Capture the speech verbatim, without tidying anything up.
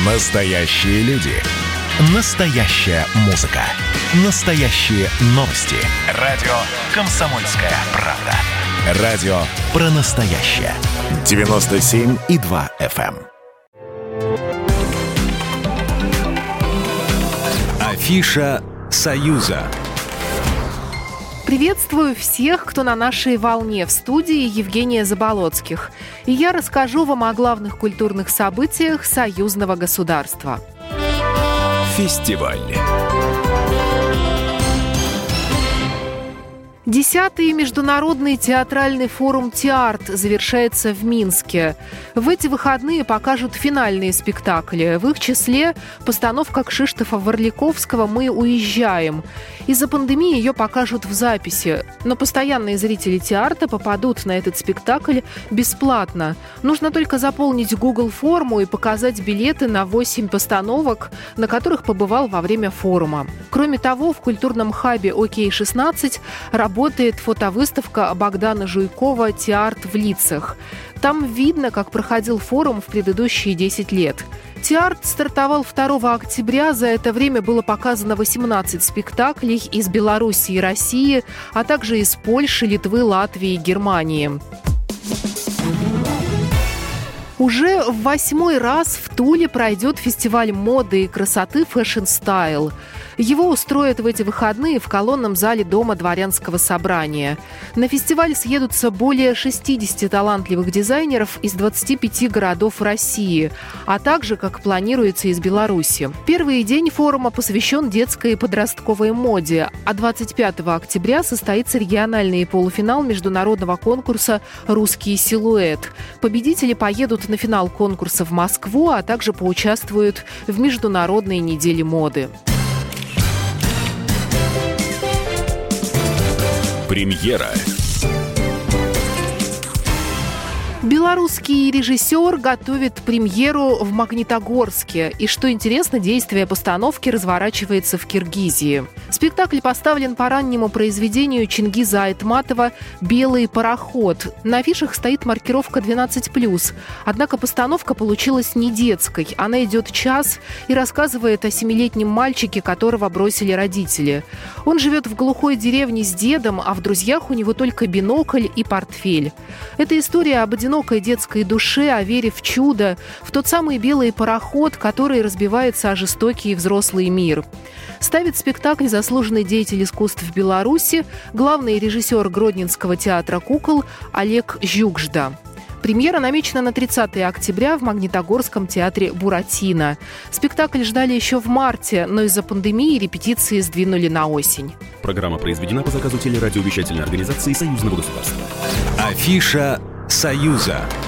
Настоящие люди. Настоящая музыка. Настоящие новости. Радио «Комсомольская правда». Радио про настоящее. девяносто семь и два эф эм. Афиша «Союза». Приветствую всех, кто на нашей волне. В студии Евгения Заболоцких. И я расскажу вам о главных культурных событиях союзного государства. Фестиваль. Десятый международный театральный форум «Теарт» завершается в Минске. В эти выходные покажут финальные спектакли. В их числе постановка Кшиштофа-Варликовского «Мы уезжаем». Из-за пандемии ее покажут в записи. Но постоянные зрители «Теарта» попадут на этот спектакль бесплатно. Нужно только заполнить Google форму и показать билеты на восемь постановок, на которых побывал во время форума. Кроме того, в культурном хабе «Окей шестнадцать» работает фотовыставка Богдана Жуйкова «Теарт в лицах». Там видно, как проходил форум в предыдущие десять лет. Теарт стартовал второго октября. За это время было показано восемнадцать спектаклей из Беларуси и России, а также из Польши, Литвы, Латвии и Германии. Уже в восьмой раз в Туле пройдет фестиваль моды и красоты Fashion Style. Его устроят в эти выходные в колонном зале Дома дворянского собрания. На фестиваль съедутся более шестьдесят талантливых дизайнеров из двадцати пяти городов России, а также, как планируется, из Беларуси. Первый день форума посвящен детской и подростковой моде, а двадцать пятого октября состоится региональный полуфинал международного конкурса «Русский силуэт». Победители поедут на финал конкурса в Москву, а также поучаствуют в Международной неделе моды. Премьера. Белорусский режиссер готовит премьеру в Магнитогорске. И, что интересно, действие постановки разворачивается в Киргизии. Спектакль поставлен по раннему произведению Чингиза Айтматова «Белый пароход». На афишах стоит маркировка двенадцать плюс. Однако постановка получилась не детской. Она идет час и рассказывает о семилетнем мальчике, которого бросили родители. Он живет в глухой деревне с дедом, а в друзьях у него только бинокль и портфель. Это история об одиноком одинокой детской душе, о вере в чудо, в тот самый белый пароход, который разбивается о жестокий взрослый мир. Ставит спектакль заслуженный деятель искусств Беларуси, главный режиссер Гродненского театра кукол Олег Жюгжда. Премьера намечена на тридцатого октября в Магнитогорском театре «Буратино». Спектакль ждали еще в марте, но из-за пандемии репетиции сдвинули на осень. Программа произведена по заказу телерадиовещательной организации Союзного государства. Афиша «Союза».